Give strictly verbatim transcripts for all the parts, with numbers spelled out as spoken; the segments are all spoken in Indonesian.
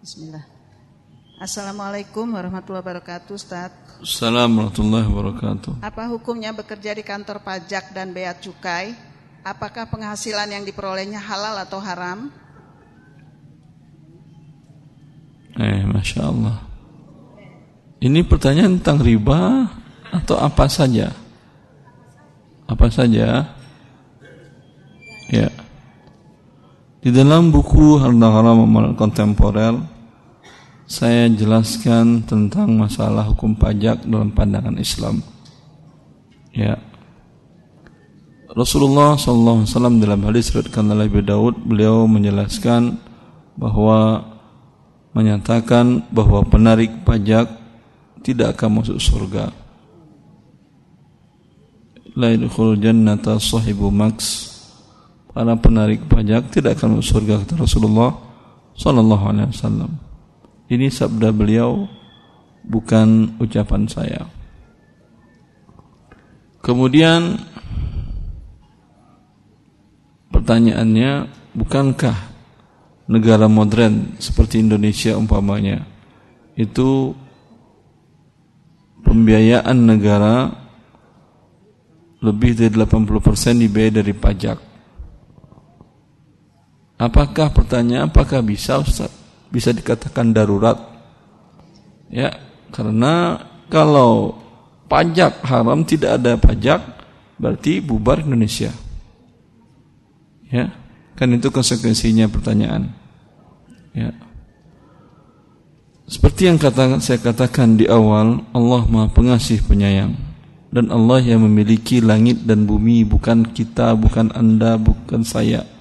Bismillah. Assalamualaikum warahmatullahi wabarakatuh, Ustaz. Assalamualaikum warahmatullahi wabarakatuh. Apa hukumnya bekerja di kantor pajak dan bea cukai? Apakah penghasilan yang diperolehnya halal atau haram? Eh, Masya Allah. Ini pertanyaan tentang riba atau apa saja? Apa saja? Ya. Di dalam buku Harta Haram Amal Kontemporer, saya jelaskan tentang masalah hukum pajak dalam pandangan Islam. Ya. Rasulullah sallallahu alaihi wasallam dalam hadis riwayatkan oleh Abu Daud, beliau menjelaskan bahwa menyatakan bahwa penarik pajak tidak akan masuk surga. La yadkhulul jannata sahibu maks. Para penarik pajak tidak akan masuk surga, kata Rasulullah sallallahu alaihi wasallam. Ini sabda beliau, bukan ucapan saya. Kemudian pertanyaannya, bukankah negara modern seperti Indonesia umpamanya itu pembiayaan negara lebih dari delapan puluh persen dibiayai dari pajak? Apakah pertanyaan apakah bisa, Ustaz? Bisa dikatakan darurat? Ya, karena kalau pajak haram, tidak ada pajak, berarti bubar Indonesia. Ya, kan itu konsekuensinya pertanyaan. Ya. Seperti yang kata, saya katakan di awal, Allah Maha Pengasih Penyayang, dan Allah yang memiliki langit dan bumi, bukan kita, bukan Anda, bukan saya.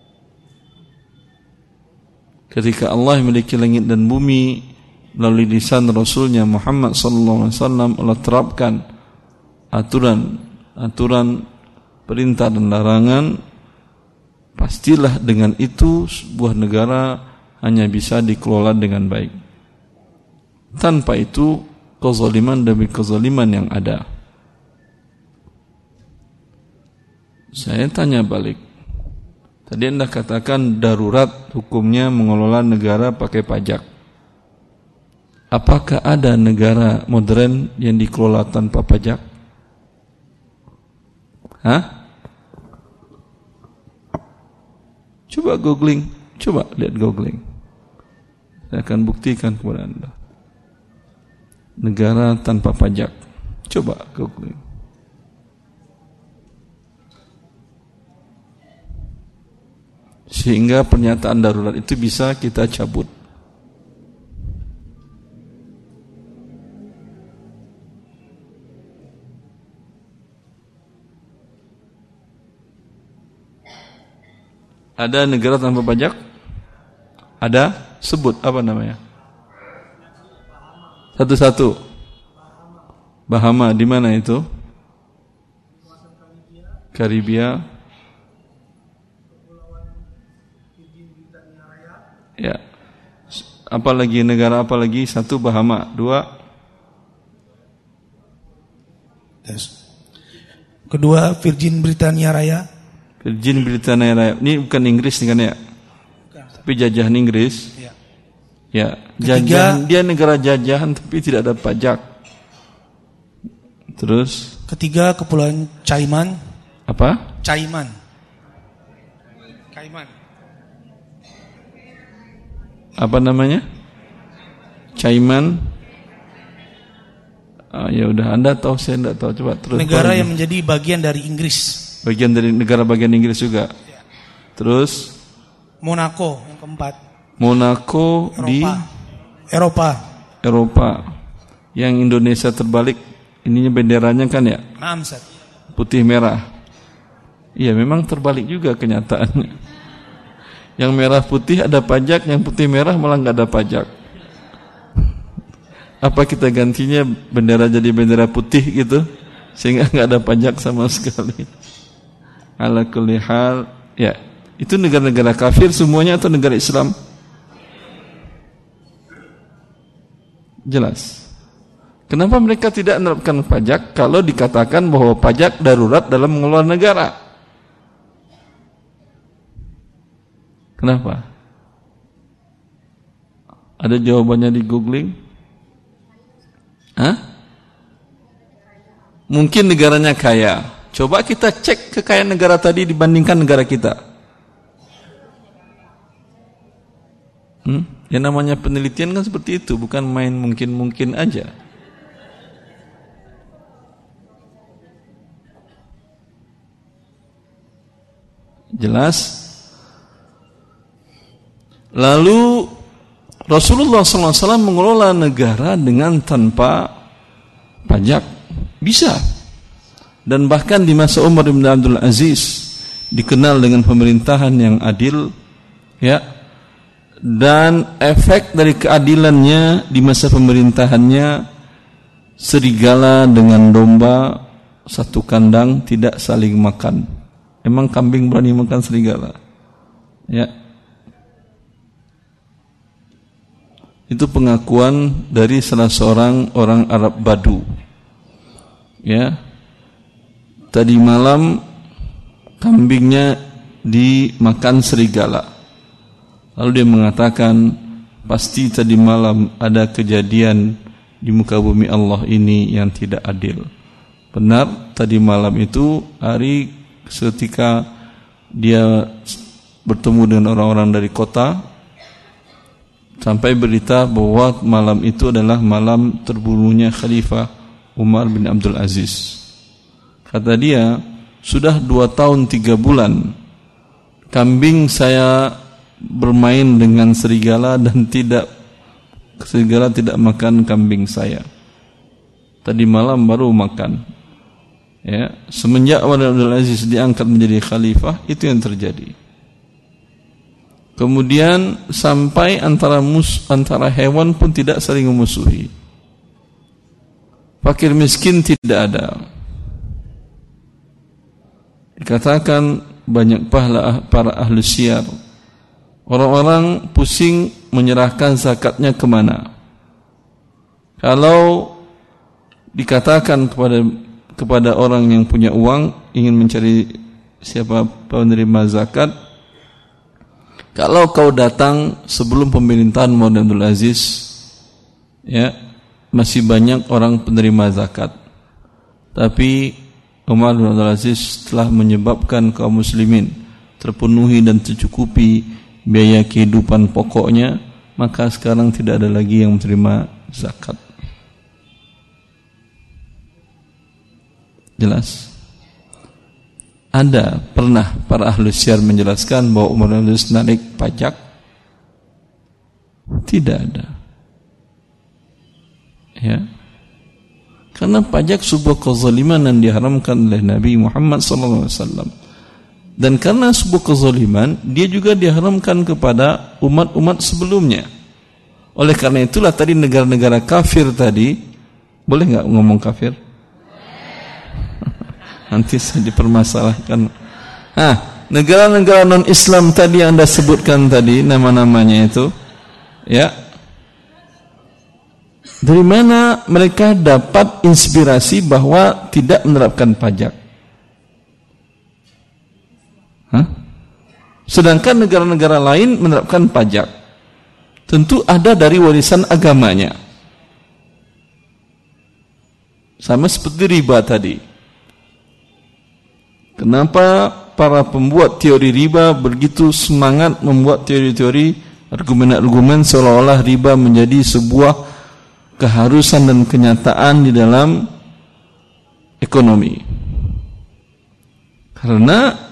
Ketika Allah memiliki langit dan bumi, melalui lisan Rasulnya Muhammad sallallahu alaihi wasallam, Allah terapkan aturan aturan perintah dan larangan. Pastilah dengan itu sebuah negara hanya bisa dikelola dengan baik. Tanpa itu kezaliman demi kezaliman yang ada. Saya tanya balik, tadi Anda katakan darurat hukumnya mengelola negara pakai pajak. Apakah ada negara modern yang dikelola tanpa pajak? Hah? Coba googling, coba lihat googling. Saya akan buktikan kepada Anda. Negara tanpa pajak. Coba googling. Sehingga pernyataan darurat itu bisa kita cabut. Ada negara tanpa pajak? Ada? Sebut apa namanya? Satu-satu. Bahama, di mana itu? Karibia. Ya. Apalagi negara apa lagi? Satu Bahama, dua. Yes. Kedua Virgin Britania Raya. Virgin Britania Raya. Ini bukan Inggris kan ya? Bukan. Tapi jajahan Inggris. Ya. Ya, jajahan, dia negara jajahan tapi tidak ada pajak. Terus ketiga Kepulauan Cayman. Apa? Cayman. Cayman. Apa namanya? Cayman. Ah, ya udah, Anda tahu, saya tidak tahu. Coba terus. Negara yang menjadi bagian dari Inggris. Bagian dari negara bagian Inggris juga. Ya. Terus Monaco yang keempat. Monaco Eropa. di Eropa. Eropa. Yang Indonesia terbalik. Ininya benderanya kan ya? Naam, Ustaz. Putih merah. Iya, memang terbalik juga kenyataannya. Yang merah putih ada pajak, yang putih merah malah nggak ada pajak. Apa kita gantinya bendera jadi bendera putih gitu, sehingga nggak ada pajak sama sekali? Ala kulli hal, ya itu negara-negara kafir semuanya atau negara Islam? Jelas. Kenapa mereka tidak menerapkan pajak kalau dikatakan bahwa pajak darurat dalam mengelola negara? Kenapa? Ada jawabannya di googling? Hah? Mungkin negaranya kaya. Coba kita cek kekayaan negara tadi dibandingkan negara kita. Hmm? Yang namanya penelitian kan seperti itu, bukan main mungkin-mungkin aja. Jelas? Lalu Rasulullah shallallahu alaihi wasallam mengelola negara dengan tanpa pajak. Bisa. Dan bahkan di masa Umar bin Abdul Aziz dikenal dengan pemerintahan yang adil, ya. Dan efek dari keadilannya di masa pemerintahannya, serigala dengan domba satu kandang tidak saling makan. Emang kambing berani makan serigala? Ya. Itu pengakuan dari salah seorang orang Arab Badu. Ya. Tadi malam kambingnya dimakan serigala. Lalu dia mengatakan, pasti tadi malam ada kejadian di muka bumi Allah ini yang tidak adil. Benar, tadi malam itu hari ketika dia bertemu dengan orang-orang dari kota, sampai berita bahwa malam itu adalah malam terbunuhnya Khalifah Umar bin Abdul Aziz. Kata dia, sudah dua tahun tiga bulan kambing saya bermain dengan serigala dan tidak serigala tidak makan kambing saya. Tadi malam baru makan. Ya, semenjak Umar bin Abdul Aziz diangkat menjadi khalifah, itu yang terjadi. Kemudian sampai antara mus antara hewan pun tidak saling memusuhi. Fakir miskin tidak ada. Dikatakan banyak pahala para ahli syiar. Orang-orang pusing menyerahkan zakatnya kemana. Kalau dikatakan kepada kepada orang yang punya uang ingin mencari siapa penerima zakat, kalau kau datang sebelum pemerintahan Umar bin Abdul Aziz, ya, masih banyak orang penerima zakat. Tapi Umar bin Abdul Aziz telah menyebabkan kaum muslimin terpenuhi dan tercukupi biaya kehidupan pokoknya, maka sekarang tidak ada lagi yang menerima zakat. Jelas? Ada pernah para ahli syiar menjelaskan bahwa Umar bin Abdul Aziz narik pajak? Tidak ada. Ya. Karena pajak sebuah kezaliman yang diharamkan oleh Nabi Muhammad sallallahu alaihi wasallam. Dan karena sebuah kezaliman, dia juga diharamkan kepada umat-umat sebelumnya. Oleh karena itulah tadi negara-negara kafir tadi, boleh nggak ngomong kafir? Nanti saya dipermasalahkan. Ah, negara-negara non-Islam tadi yang Anda sebutkan tadi, nama-namanya itu, ya. Dari mana mereka dapat inspirasi bahwa tidak menerapkan pajak? Hah? Sedangkan negara-negara lain menerapkan pajak. Tentu ada dari warisan agamanya. Sama seperti riba tadi. Kenapa para pembuat teori riba begitu semangat membuat teori-teori, argumen-argumen seolah-olah riba menjadi sebuah keharusan dan kenyataan di dalam ekonomi? Karena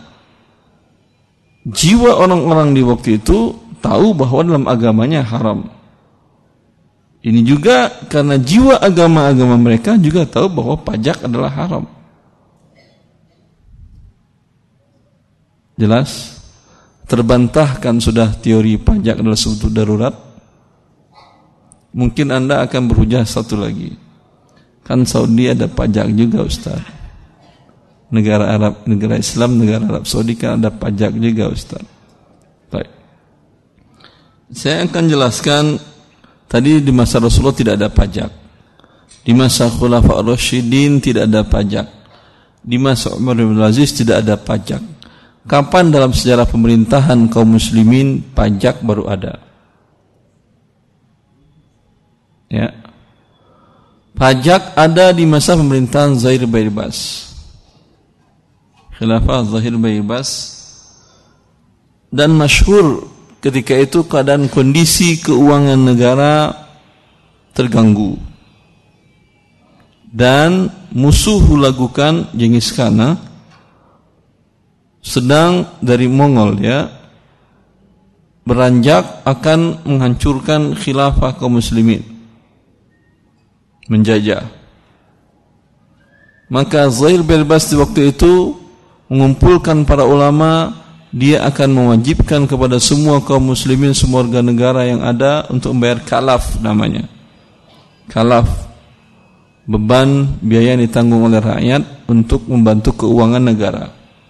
jiwa orang-orang di waktu itu tahu bahwa dalam agamanya haram. Ini juga karena jiwa agama-agama mereka juga tahu bahwa pajak adalah haram. Jelas? Terbantahkan sudah teori pajak adalah suatu darurat. Mungkin Anda akan berhujah satu lagi. Kan Saudi ada pajak juga, Ustaz. Negara Arab, negara Islam, negara Arab Saudi kan ada pajak juga, Ustaz. Baik. Saya akan jelaskan tadi di masa Rasulullah tidak ada pajak. Di masa Khulafa Ar-Rasyidin tidak ada pajak. Di masa Umar bin Abdul Aziz tidak ada pajak. Kapan dalam sejarah pemerintahan kaum muslimin pajak baru ada? Ya. Pajak ada di masa pemerintahan Zahir Baibas. Khilafah Zahir Baibas. Dan masyhur ketika itu keadaan kondisi keuangan negara terganggu. Dan musuh lakukan Genghis Khan sedang dari Mongol ya beranjak akan menghancurkan khilafah kaum muslimin, menjajah. Maka Zahir Baibas di waktu itu mengumpulkan para ulama, dia akan mewajibkan kepada semua kaum muslimin, semua warga negara yang ada untuk membayar kalaf namanya. Kalaf, beban biaya yang ditanggung oleh rakyat untuk membantu keuangan negara.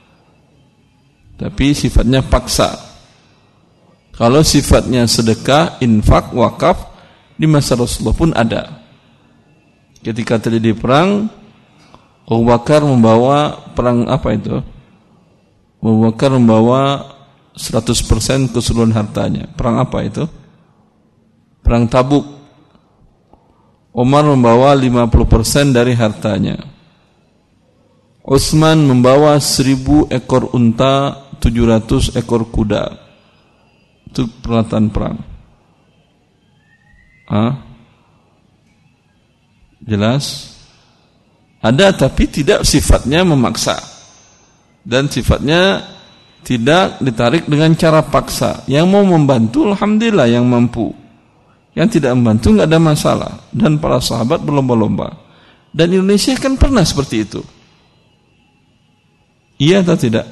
Tapi sifatnya paksa. Kalau sifatnya sedekah, infak, wakaf, di masa Rasulullah pun ada. Ketika terjadi perang, Abu Bakar membawa perang apa itu? Abu Bakar membawa seratus persen keseluruhan hartanya. Perang apa itu? Perang Tabuk. Umar membawa lima puluh persen dari hartanya. Utsman membawa seribu ekor unta, tujuh ratus ekor kuda. Itu peralatan perang. Ah? Jelas? Ada tapi tidak sifatnya memaksa. Dan sifatnya tidak ditarik dengan cara paksa. Yang mau membantu alhamdulillah yang mampu. Yang tidak membantu enggak ada masalah. Dan para sahabat berlomba-lomba. Dan Indonesia kan pernah seperti itu. Iya atau tidak?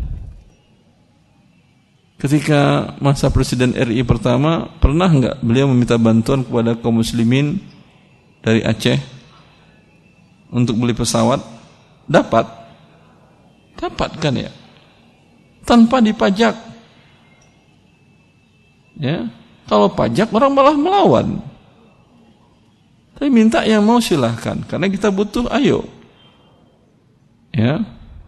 Ketika masa Presiden R I pertama, pernah enggak beliau meminta bantuan kepada kaum muslimin dari Aceh untuk beli pesawat? Dapat. Dapat kan ya? Tanpa dipajak. Ya. Kalau pajak orang malah melawan. Tapi minta yang mau silahkan. Karena kita butuh, ayo. Ya.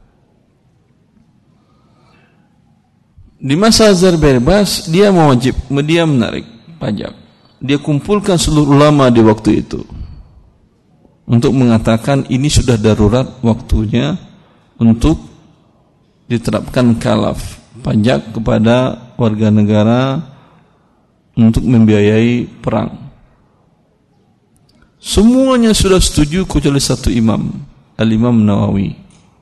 Di masa Zahir Baibas, dia mewajib, dia menarik pajak. Dia kumpulkan seluruh ulama di waktu itu. Untuk mengatakan ini sudah darurat waktunya untuk diterapkan kalaf, pajak kepada warga negara untuk membiayai perang. Semuanya sudah setuju kecuali satu imam, Al-Imam Nawawi.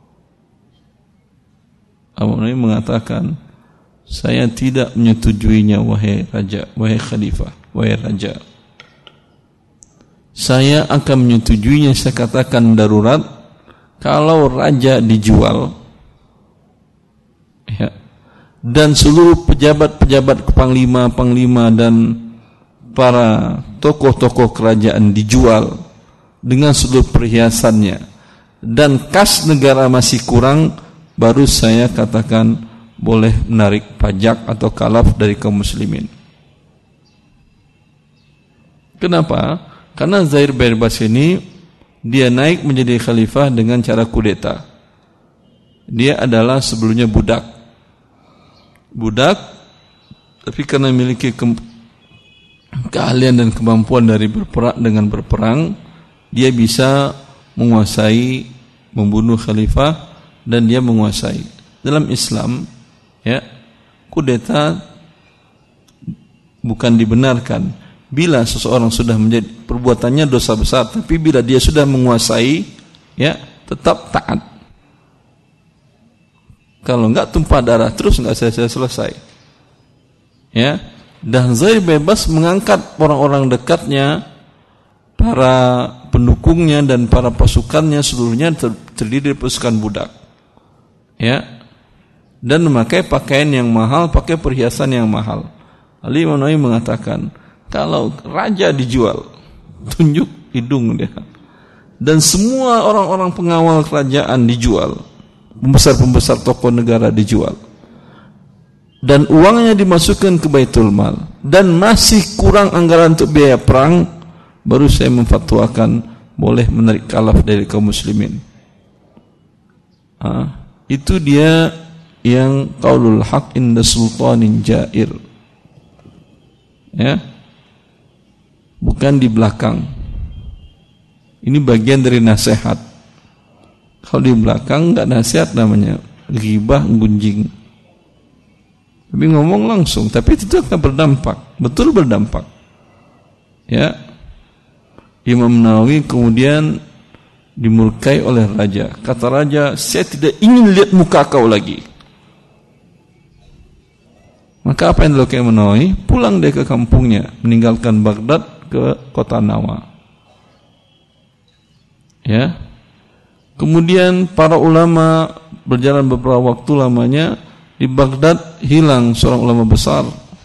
Imam Nawawi mengatakan, saya tidak menyetujuinya wahai raja, wahai khalifah, wahai raja. Saya akan menyetujuinya, saya katakan darurat kalau raja dijual, ya, dan seluruh pejabat-pejabat panglima, panglima dan para tokoh-tokoh kerajaan dijual dengan seluruh perhiasannya, dan kas negara masih kurang, baru saya katakan boleh menarik pajak atau kalaf dari kaum muslimin. Kenapa? Karena Zahir Baibas ini dia naik menjadi khalifah dengan cara kudeta. Dia adalah sebelumnya budak. Budak, tapi karena memiliki ke- keahlian dan kemampuan dari berperang dengan berperang, dia bisa menguasai, membunuh khalifah, dan dia menguasai. Dalam Islam, ya, kudeta bukan dibenarkan bila seseorang sudah menjadi perbuatannya dosa besar, tapi bila dia sudah menguasai, ya, tetap taat. Kalau enggak tumpah darah terus, enggak selesai-selesai. Ya, dan Zahir Baibas mengangkat orang-orang dekatnya, para pendukungnya dan para pasukannya seluruhnya terdiri dari pasukan budak. Ya. Dan memakai pakaian yang mahal, pakai perhiasan yang mahal. Ali Imam Nawawi mengatakan, kalau raja dijual, tunjuk hidung dia. Dan semua orang-orang pengawal kerajaan dijual. Pembesar-pembesar tokoh negara dijual. Dan uangnya dimasukkan ke Baitul Mal. Dan masih kurang anggaran untuk biaya perang, baru saya memfatwakan boleh menarik kalaf dari kaum muslimin. Ah, itu dia yang qaulul haq inda sultanin jair. Ya. bukan di belakang. Ini bagian dari nasihat. Kalau di belakang enggak nasihat namanya, ghibah, gunjing. Tapi ngomong langsung, tapi itu akan berdampak, betul berdampak. Ya. Imam Nawawi kemudian dimurkai oleh raja. Kata raja, saya tidak ingin lihat muka kau lagi. Maka apa yang dilakukan Imam Nawawi? Pulang dia ke kampungnya, meninggalkan Baghdad ke kota Nawa. Ya. Kemudian para ulama berjalan beberapa waktu lamanya, di Baghdad hilang seorang ulama besar,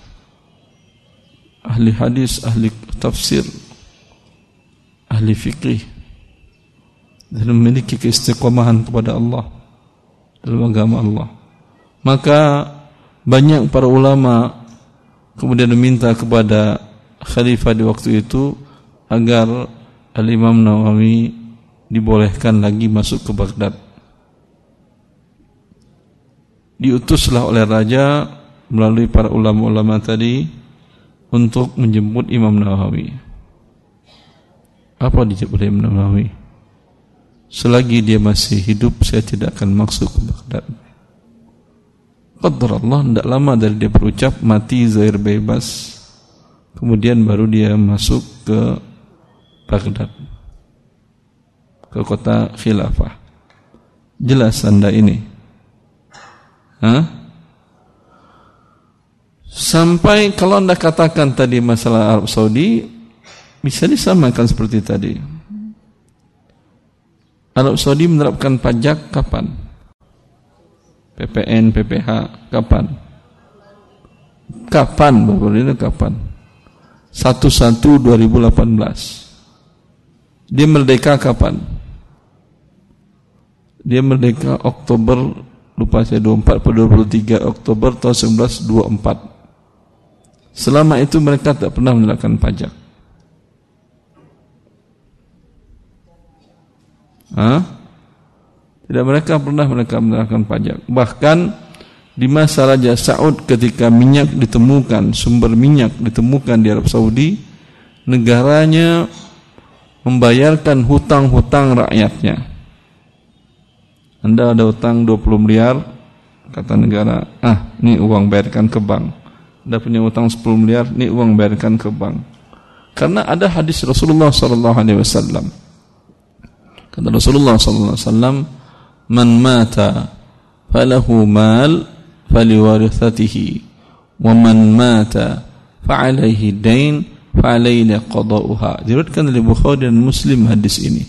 ahli hadis, ahli tafsir, ahli fikih, dan memiliki keistiqomahan kepada Allah dalam agama Allah. Maka banyak para ulama kemudian meminta kepada khalifah di waktu itu agar Al-Imam Nawawi dibolehkan lagi masuk ke Baghdad. Diutuslah oleh raja melalui para ulama-ulama tadi untuk menjemput Imam Nawawi. Apa dijemput Imam Nawawi? Selagi dia masih hidup, saya tidak akan masuk ke Baghdad. Qadar Allah, tidak lama dari dia berucap mati zahir bebas, kemudian baru dia masuk ke Baghdad, ke kota khilafah. Jelas anda ini? Hah? Sampai kalau anda katakan tadi masalah Arab Saudi, bisa disamakan seperti tadi. Arab Saudi menerapkan pajak kapan? P P N, P P H kapan? Kapan Bapak ini kapan? satu satu dua ribu delapan belas. Dia merdeka kapan? Dia merdeka Oktober, lupa saya dua puluh empat atau dua puluh tiga Oktober tahun seribu sembilan ratus dua puluh empat. Selama itu mereka tak pernah menerapkan pajak. Hah? Tidak, mereka pernah mereka menerapkan pajak. Bahkan di masa Raja Saud ketika minyak ditemukan, sumber minyak ditemukan di Arab Saudi, negaranya membayarkan hutang-hutang rakyatnya. Anda ada hutang dua puluh miliar, kata negara, ah, ini uang bayarkan ke bank. Anda punya hutang sepuluh miliar, ini uang bayarkan ke bank. Karena ada hadis Rasulullah sallallahu alaihi wasallam. Kata Rasulullah sallallahu alaihi wasallam, man mata falahu mal faliwarithatihi wa man mata fa'alaihi dain fa'alaihi qada'uha. Diriwayatkan oleh Bukhari dan Muslim hadis ini.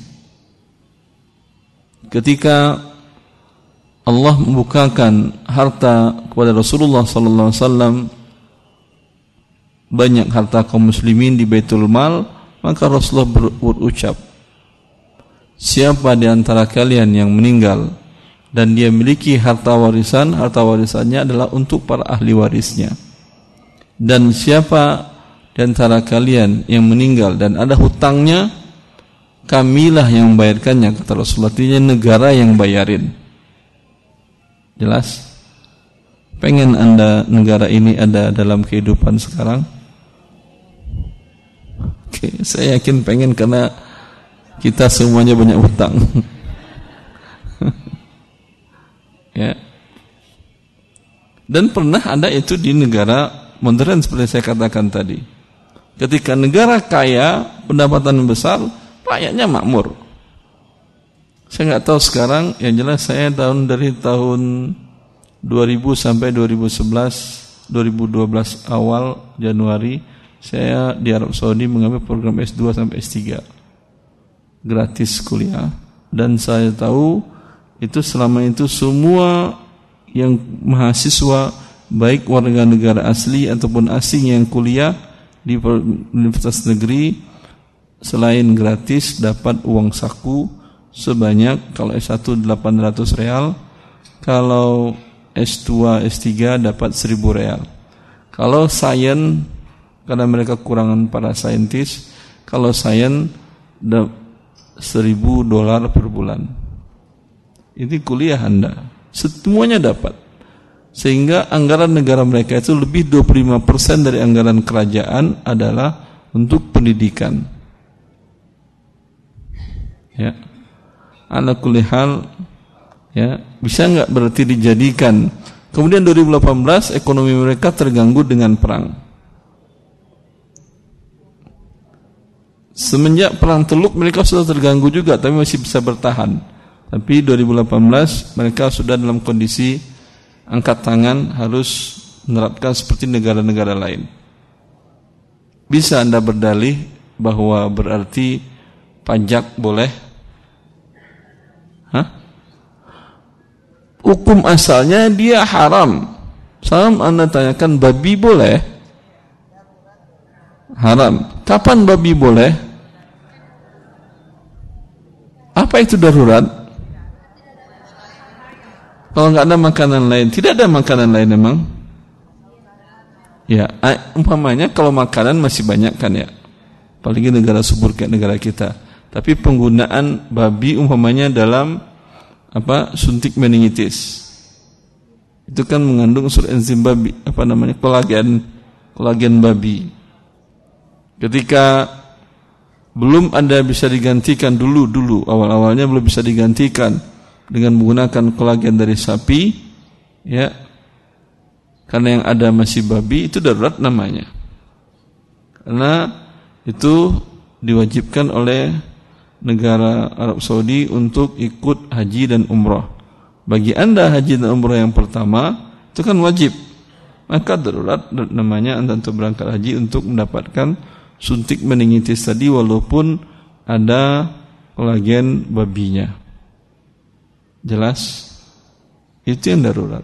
Ketika Allah membukakan harta kepada Rasulullah sallallahu alaihi wasallam, banyak harta kaum muslimin di Baitul Mal, maka Rasulullah berucap, siapa di antara kalian yang meninggal dan dia memiliki harta warisan, harta warisannya adalah untuk para ahli warisnya. Dan siapa di antara kalian yang meninggal dan ada hutangnya, kamilah yang membayarkannya, kata Rasulullah. Artinya negara yang bayarin. Jelas? Pengen anda negara ini ada dalam kehidupan sekarang? Oke, saya yakin pengen, karena kita semuanya banyak hutang. Ya. Dan pernah ada itu di negara modern seperti saya katakan tadi. Ketika negara kaya, pendapatan besar, rakyatnya makmur. Saya nggak tahu sekarang, yang jelas saya tahun dari tahun dua ribu sampai dua ribu sebelas, dua ribu dua belas awal Januari, saya di Arab Saudi mengambil program S dua sampai S tiga. Gratis kuliah, dan saya tahu itu selama itu semua yang mahasiswa baik warga negara asli ataupun asing yang kuliah di universitas negeri, selain gratis dapat uang saku sebanyak, kalau S satu delapan ratus real, kalau S dua S tiga dapat seribu real. Kalau sains, karena mereka kekurangan para saintis, kalau sains seribu dolar per bulan. Ini kuliah anda, semuanya dapat. Sehingga anggaran negara mereka itu lebih dua puluh lima persen dari anggaran kerajaan adalah untuk pendidikan. Ya, ala kulli hal, ya, bisa nggak berarti dijadikan. Kemudian dua ribu delapan belas ekonomi mereka terganggu dengan perang. Semenjak perang Teluk mereka sudah terganggu juga, tapi masih bisa bertahan. Tapi dua ribu delapan belas mereka sudah dalam kondisi angkat tangan, harus menerapkan seperti negara-negara lain. Bisa Anda berdalih bahwa berarti pajak boleh? Hah? Hukum asalnya dia haram. Salam Anda tanyakan, babi boleh? Haram. Kapan babi boleh? Apa itu darurat? Kalau nggak ada makanan lain, tidak ada makanan lain memang. Ya, umpamanya kalau makanan masih banyak kan ya, apalagi negara subur kayak negara kita. Tapi penggunaan babi umpamanya dalam apa suntik meningitis, itu kan mengandung unsur enzim babi, apa namanya kolagen, kolagen babi. Ketika belum ada bisa digantikan dulu dulu awal-awalnya belum bisa digantikan dengan menggunakan kolagen dari sapi, ya, karena yang ada masih babi, itu darurat namanya. Karena itu diwajibkan oleh negara Arab Saudi untuk ikut haji dan umrah. Bagi Anda haji dan umrah yang pertama itu kan wajib, maka darurat namanya Anda untuk berangkat haji untuk mendapatkan suntik meningitis tadi walaupun ada kolagen babinya. Jelas? Itu yang darurat.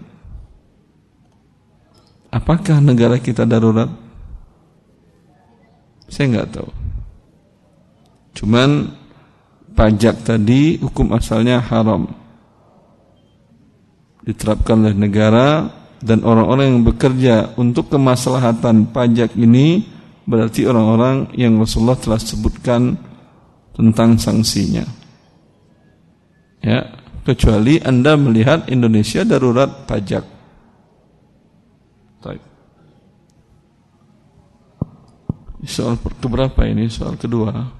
Apakah negara kita darurat? Saya nggak tahu. Cuman pajak tadi hukum asalnya haram, diterapkan oleh negara, dan orang-orang yang bekerja untuk kemaslahatan pajak ini berarti orang-orang yang Rasulullah telah sebutkan tentang sanksinya. Ya, kecuali Anda melihat Indonesia darurat pajak. Baik. Soal keberapa ini? Soal kedua.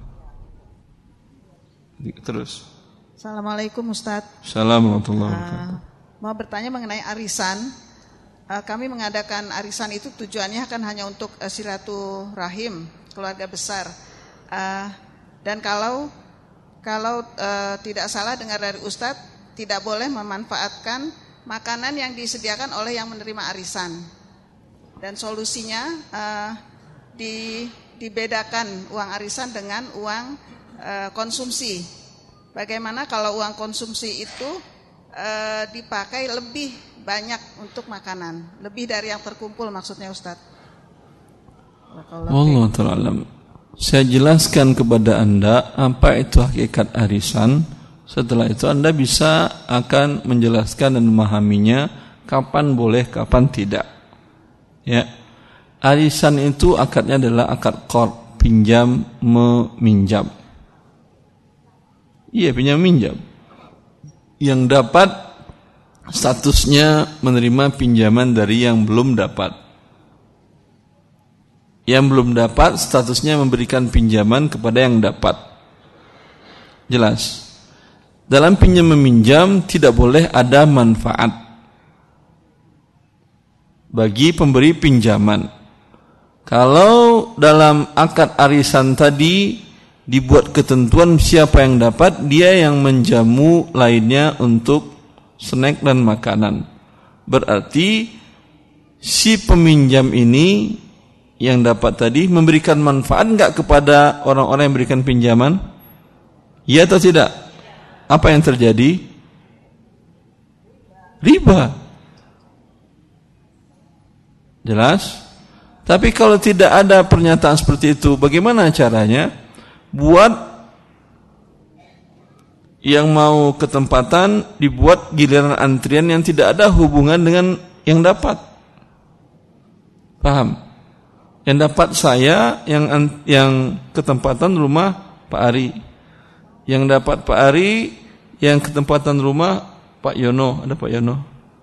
Terus. Assalamualaikum Ustaz. Assalamualaikum warahmatullahi wabarakatuh. Uh, mau bertanya mengenai arisan. Uh, kami mengadakan arisan itu tujuannya kan hanya untuk uh, silaturahim keluarga besar. Uh, dan kalau kalau uh, tidak salah dengar dari Ustaz, tidak boleh memanfaatkan makanan yang disediakan oleh yang menerima arisan. Dan solusinya uh, di, dibedakan uang arisan dengan uang konsumsi. Bagaimana kalau uang konsumsi itu e, dipakai lebih banyak untuk makanan, lebih dari yang terkumpul maksudnya Ustaz? Wallahu ta'ala alam. Saya jelaskan kepada Anda apa itu hakikat arisan. Setelah itu Anda bisa akan menjelaskan dan memahaminya kapan boleh, kapan tidak. Ya. Arisan itu akadnya adalah akad qard, pinjam meminjam. Iya, pinjam minjam. Yang dapat statusnya menerima pinjaman dari yang belum dapat. Yang belum dapat statusnya memberikan pinjaman kepada yang dapat. Jelas. Dalam pinjam meminjam tidak boleh ada manfaat bagi pemberi pinjaman. Kalau dalam akad arisan tadi dibuat ketentuan siapa yang dapat, dia yang menjamu lainnya untuk snack dan makanan. Berarti si peminjam ini yang dapat tadi memberikan manfaat enggak kepada orang-orang yang memberikan pinjaman? Ya atau tidak? Apa yang terjadi? Riba. Jelas? Tapi kalau tidak ada pernyataan seperti itu, bagaimana caranya? Buat yang mau ketempatan dibuat giliran antrian yang tidak ada hubungan dengan yang dapat. Paham? Yang dapat saya, yang yang ketempatan rumah Pak Ari. Yang dapat Pak Ari, yang ketempatan rumah Pak Yono. Ada Pak Yono?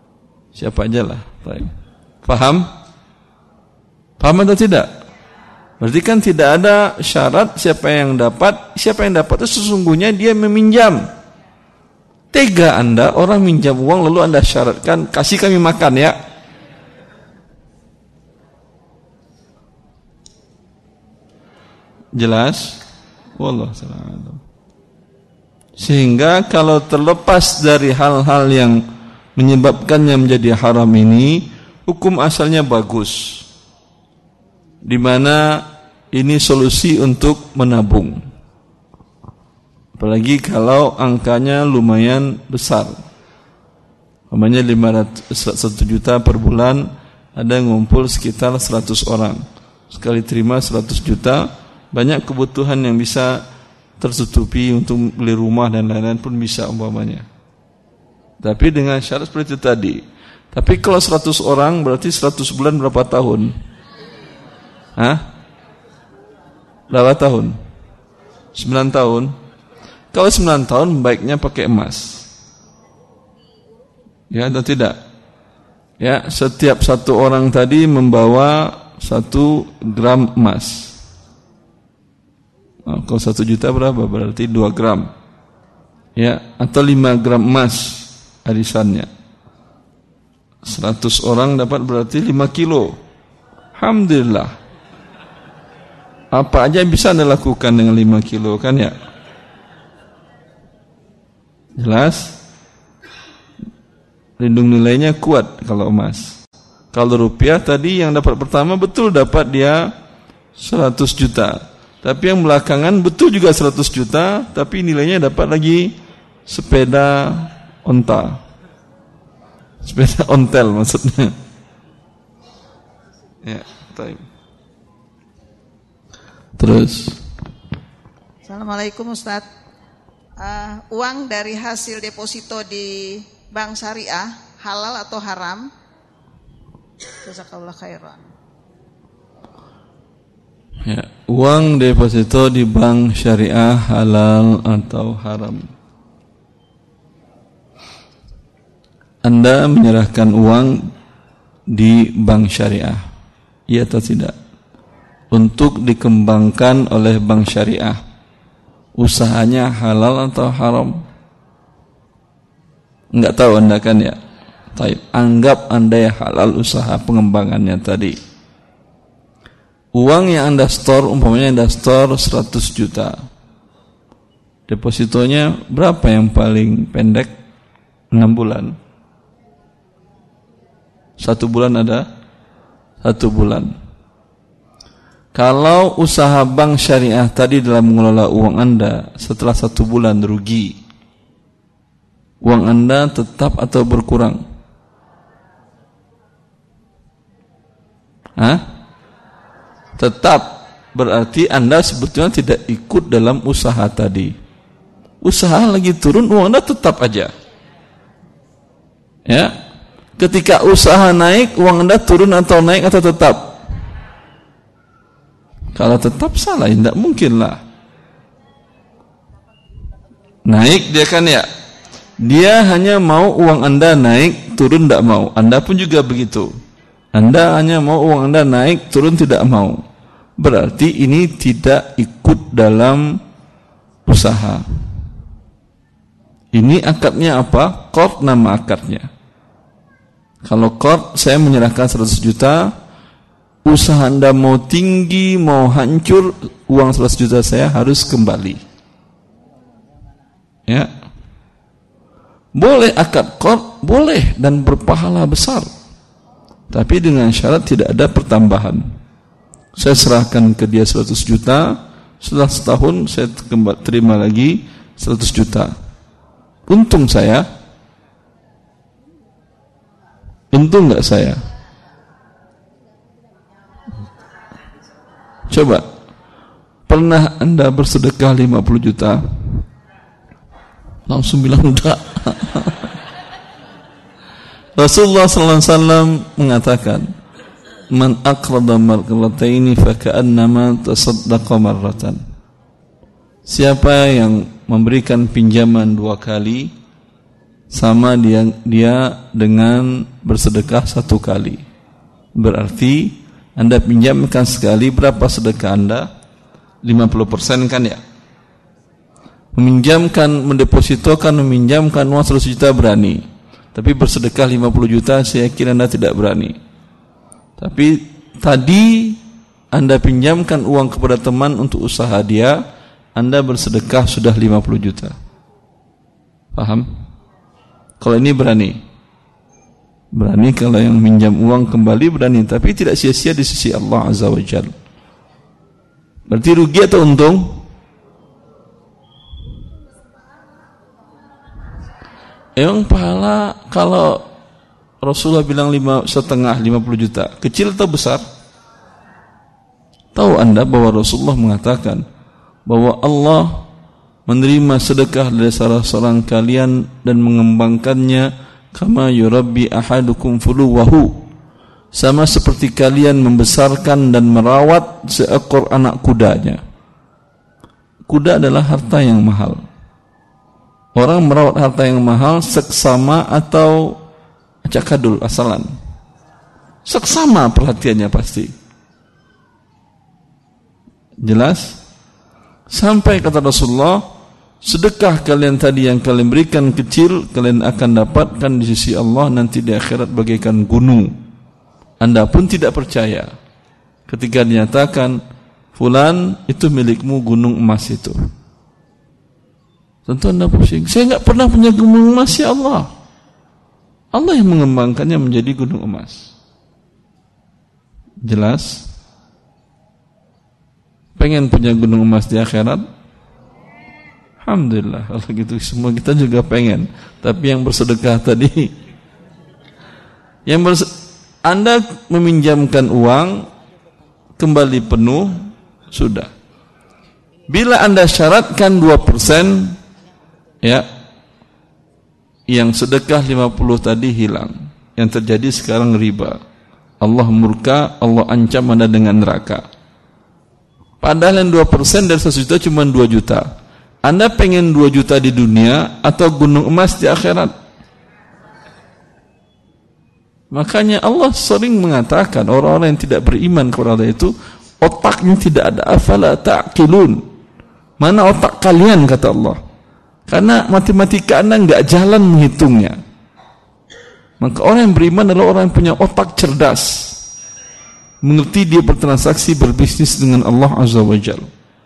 Siapa aja lah. Paham? Paham atau tidak? Berarti kan tidak ada syarat siapa yang dapat. Siapa yang dapat itu sesungguhnya dia meminjam. Tega Anda orang minjam uang lalu Anda syaratkan kasih kami makan ya. Jelas? Wallahu a'lam. Sehingga kalau terlepas dari hal-hal yang menyebabkannya menjadi haram ini, hukum asalnya bagus. Di mana ini solusi untuk menabung. Apalagi kalau angkanya lumayan besar. Namanya lima ratus satu juta per bulan, ada ngumpul sekitar seratus orang. Sekali terima seratus juta, banyak kebutuhan yang bisa tertutupi untuk beli rumah dan lain-lain pun bisa umpamanya. Tapi dengan syarat seperti itu tadi. Tapi kalau seratus orang berarti seratus bulan berapa tahun? Hah? Berapa tahun? sembilan tahun. Kalau sembilan tahun baiknya pakai emas. Ya atau tidak? Ya, setiap satu orang tadi membawa satu gram emas. Nah, kalau satu juta berapa? Berarti dua gram. Ya, atau lima gram emas arisannya. Seratus orang dapat berarti lima kilo. Alhamdulillah. Apa aja bisa Anda lakukan dengan lima kilo kan ya? Jelas? Lindung nilainya kuat kalau emas. Kalau rupiah tadi yang dapat pertama betul dapat dia seratus juta. Tapi yang belakangan betul juga seratus juta, tapi nilainya dapat lagi sepeda onta. Sepeda ontel maksudnya. Ya, time. Terus. Assalamualaikum Ustaz. Uh, uang dari hasil deposito di bank syariah halal atau haram? Jazakallah khairan. Ya, uang deposito di bank syariah halal atau haram? Anda menyerahkan uang di bank syariah, iya atau tidak? Untuk dikembangkan oleh bank syariah, usahanya halal atau haram? Enggak tahu Anda kan ya? Taib. Anggap Anda ya halal usaha pengembangannya tadi. Uang yang Anda store, umpamanya Anda store seratus juta. Depositonya berapa yang paling pendek? enam bulan. Satu bulan ada? Satu bulan. Kalau usaha bank syariah tadi dalam mengelola uang Anda setelah satu bulan rugi, uang Anda tetap atau berkurang? Hah? Tetap. Berarti Anda sebetulnya tidak ikut dalam usaha tadi. Usaha lagi turun, uang Anda tetap aja. Ya. Ketika usaha naik, uang Anda turun atau naik atau tetap? Kalau tetap salah, tidak mungkin lah. Naik dia kan ya. Dia hanya mau uang Anda naik, turun tidak mau. Anda pun juga begitu. Anda hanya mau uang Anda naik, turun tidak mau. Berarti ini tidak ikut dalam usaha. Ini akadnya apa? Qard nama akadnya. Kalau qard saya menyerahkan seratus juta, usaha Anda mau tinggi, mau hancur, uang seratus juta saya harus kembali. Ya. Boleh akad qard, boleh dan berpahala besar. Tapi dengan syarat tidak ada pertambahan. Saya serahkan ke dia seratus juta, setelah setahun saya terima lagi seratus juta. Untung saya? Untung enggak saya? Coba, pernah Anda bersedekah lima puluh juta? Langsung bilang enggak. Rasulullah sallallahu alaihi wasallam mengatakan, "Man aqrada marrataini fa ka'annama tasaddaqa marratan." Siapa yang memberikan pinjaman dua kali, sama dia dia dengan bersedekah satu kali. Berarti Anda pinjamkan sekali, berapa sedekah Anda? lima puluh persen kan ya? Meminjamkan, mendepositokan, meminjamkan uang seratus juta berani. Tapi bersedekah lima puluh juta saya kira Anda tidak berani. Tapi tadi Anda pinjamkan uang kepada teman untuk usaha dia, Anda bersedekah sudah lima puluh juta. Paham? Kalau ini berani. Berani kalau yang minjam uang kembali berani, tapi tidak sia-sia di sisi Allah Azza wa Jalla. Berarti rugi atau untung? Emang pahala kalau Rasulullah bilang lima setengah lima puluh juta, kecil atau besar? Tahu Anda bahwa Rasulullah mengatakan bahwa Allah menerima sedekah dari salah seorang kalian dan mengembangkannya kama yurabbi ahadukum fuluwahu, sama seperti kalian membesarkan dan merawat seekor anak kudanya. Kuda adalah harta yang mahal. Orang merawat harta yang mahal seksama atau acakadul asalan? Seksama perhatiannya pasti. Jelas? Sampai kata Rasulullah, sedekah kalian tadi yang kalian berikan kecil, kalian akan dapatkan di sisi Allah nanti di akhirat bagaikan gunung. Anda pun tidak percaya ketika dinyatakan fulan itu milikmu gunung emas itu. Tentu Anda pusing. Saya enggak pernah punya gunung emas, ya Allah. Allah yang mengembangkannya menjadi gunung emas. Jelas? Pengen punya gunung emas di akhirat? Alhamdulillah, kalau gitu semua kita juga pengen. Tapi yang bersedekah tadi, yang bersedekah, Anda meminjamkan uang kembali penuh, sudah. Bila Anda syaratkan dua persen, ya, yang sedekah lima puluh tadi hilang. Yang terjadi sekarang riba. Allah murka, Allah ancam Anda dengan neraka. Padahal yang dua persen dari seratus juta cuma dua juta. Anda pengen dua juta di dunia atau gunung emas di akhirat? Makanya Allah sering mengatakan orang-orang yang tidak beriman kepada Allah itu otaknya tidak ada. Afala ta'qilun. Mana otak kalian, kata Allah. Karena matematika Anda enggak jalan menghitungnya. Maka orang yang beriman adalah orang yang punya otak cerdas. Mengerti dia bertransaksi, berbisnis dengan Allah Azza wa Jalla.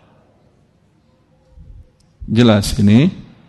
Jelas ini?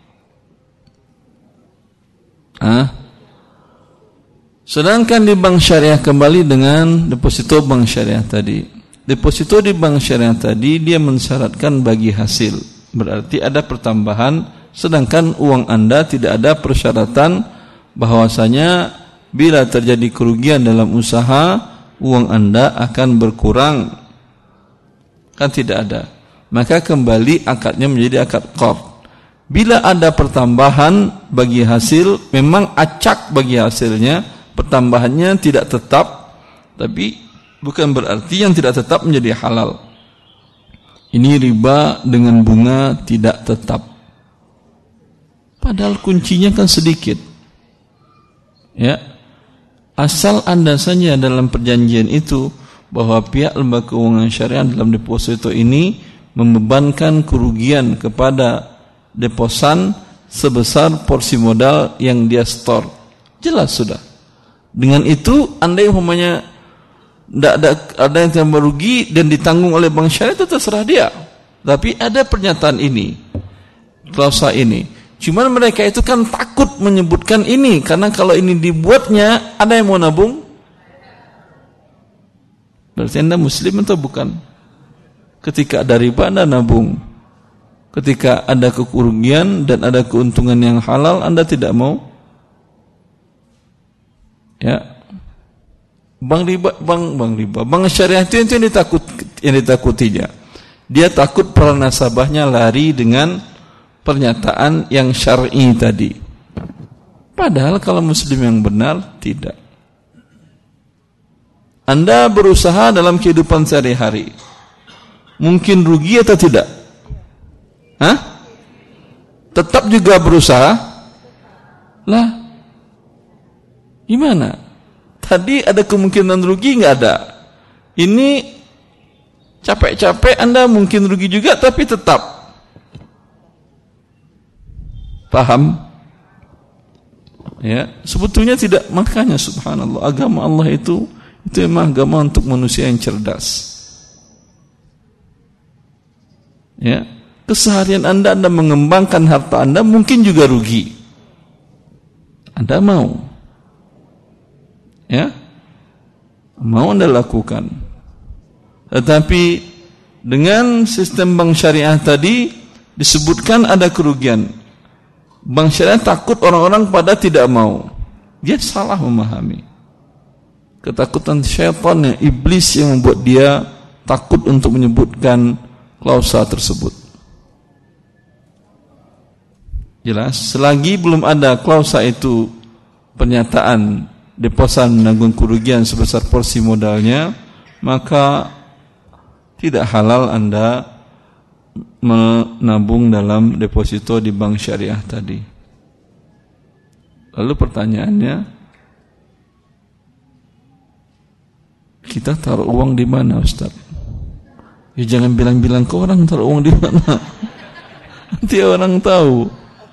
Ah. Sedangkan di bank syariah kembali dengan deposito bank syariah tadi. Deposito di bank syariah tadi dia mensyaratkan bagi hasil. Berarti ada pertambahan, sedangkan uang Anda tidak ada persyaratan bahwasanya bila terjadi kerugian dalam usaha uang Anda akan berkurang. Kan tidak ada. Maka kembali akadnya menjadi akad qard. Bila ada pertambahan bagi hasil, memang acak bagi hasilnya, pertambahannya tidak tetap, tapi bukan berarti yang tidak tetap menjadi halal. Ini riba dengan bunga tidak tetap. Padahal kuncinya kan sedikit. Ya. Asal Anda saja dalam perjanjian itu bahwa pihak lembaga keuangan syariah dalam deposito ini membebankan kerugian kepada deposan sebesar porsi modal yang dia store. Jelas sudah. Dengan itu Anda yang umpamanya tidak ada, ada yang tambah rugi dan ditanggung oleh bank syariah, itu terserah dia. Tapi ada pernyataan ini, klausa ini. Cuman mereka itu kan takut menyebutkan ini, karena kalau ini dibuatnya ada yang mau nabung. Berarti Anda muslim atau bukan? Ketika ada riba Anda nabung. Ketika ada kerugian dan ada keuntungan yang halal Anda tidak mau. Ya. Bank riba, bank bank riba, bank syariah itu yang ditakut yang ditakutinya. Dia takut para nasabahnya lari dengan pernyataan yang syar'i tadi. Padahal kalau muslim yang benar tidak. Anda berusaha dalam kehidupan sehari-hari. Mungkin rugi atau tidak? Hah? Tetap juga berusaha? Lah. Gimana? Tadi ada kemungkinan rugi enggak ada? Ini capek-capek Anda mungkin rugi juga, tapi tetap. Paham? Ya, sebetulnya tidak, makanya subhanallah, agama Allah itu itu memang agama untuk manusia yang cerdas. Ya, keseharian Anda Anda mengembangkan harta Anda mungkin juga rugi. Anda mau? Ya? Mau Anda lakukan. Tetapi dengan sistem bank syariah tadi disebutkan ada kerugian. Bank syariah takut orang-orang pada tidak mau. Dia salah memahami. Ketakutan syaitan, iblis yang membuat dia takut untuk menyebutkan klausa tersebut. Jelas, selagi belum ada klausa itu, pernyataan deposan menanggung kerugian sebesar porsi modalnya, maka tidak halal Anda menabung dalam deposito di bank syariah tadi. Lalu pertanyaannya, kita taruh uang di mana, Ustaz? Ya jangan bilang-bilang ke orang taruh uang di mana. Nanti orang tahu.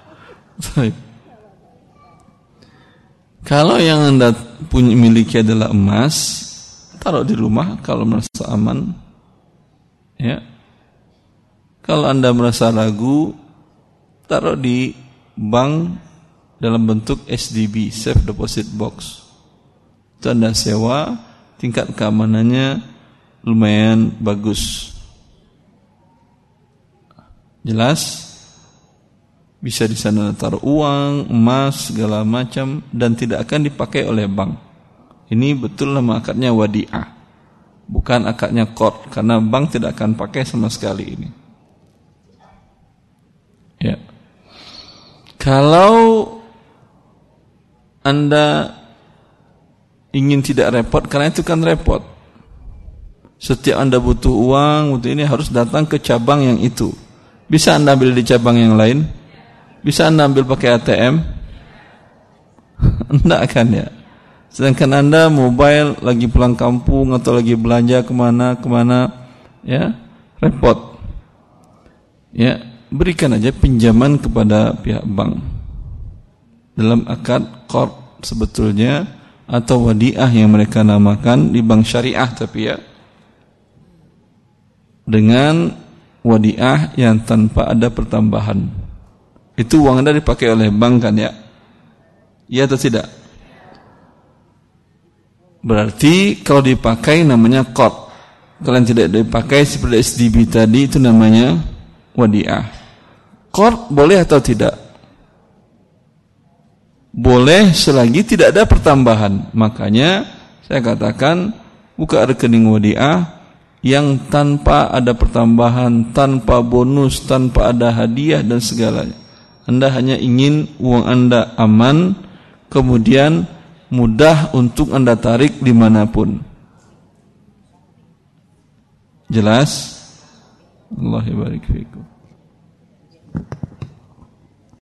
Kalau yang Anda punya miliki adalah emas, taruh di rumah kalau merasa aman. Ya. Kalau Anda merasa ragu, taruh di bank dalam bentuk S D B, Safe Deposit Box. Itu Anda sewa, tingkat keamanannya lumayan bagus. Jelas? Bisa di sana taruh uang, emas, segala macam, dan tidak akan dipakai oleh bank. Ini betul nama akadnya wadi'ah, bukan akadnya qard, karena bank tidak akan pakai sama sekali ini. Ya. Kalau Anda ingin tidak repot, karena itu kan repot. Setiap Anda butuh uang, butuh ini harus datang ke cabang yang itu. Bisa Anda ambil di cabang yang lain? Bisa Anda ambil pakai A T M? Enggak kan ya? Sedangkan Anda mobile lagi pulang kampung atau lagi belanja kemana kemana, ya repot. Ya, berikan aja pinjaman kepada pihak bank dalam akad qard sebetulnya, atau wadiah yang mereka namakan di bank syariah, tapi ya dengan wadiah yang tanpa ada pertambahan. Itu uang Anda dipakai oleh bank kan ya? Iya atau tidak? Berarti kalau dipakai namanya qard. Kalau tidak dipakai seperti S D B tadi, itu namanya wadiah. Qard boleh atau tidak? Boleh selagi tidak ada pertambahan. Makanya saya katakan buka rekening wadiah yang tanpa ada pertambahan, tanpa bonus, tanpa ada hadiah dan segalanya. Anda hanya ingin uang Anda aman, kemudian mudah untuk Anda tarik dimanapun. Jelas? Allah barik fiikum.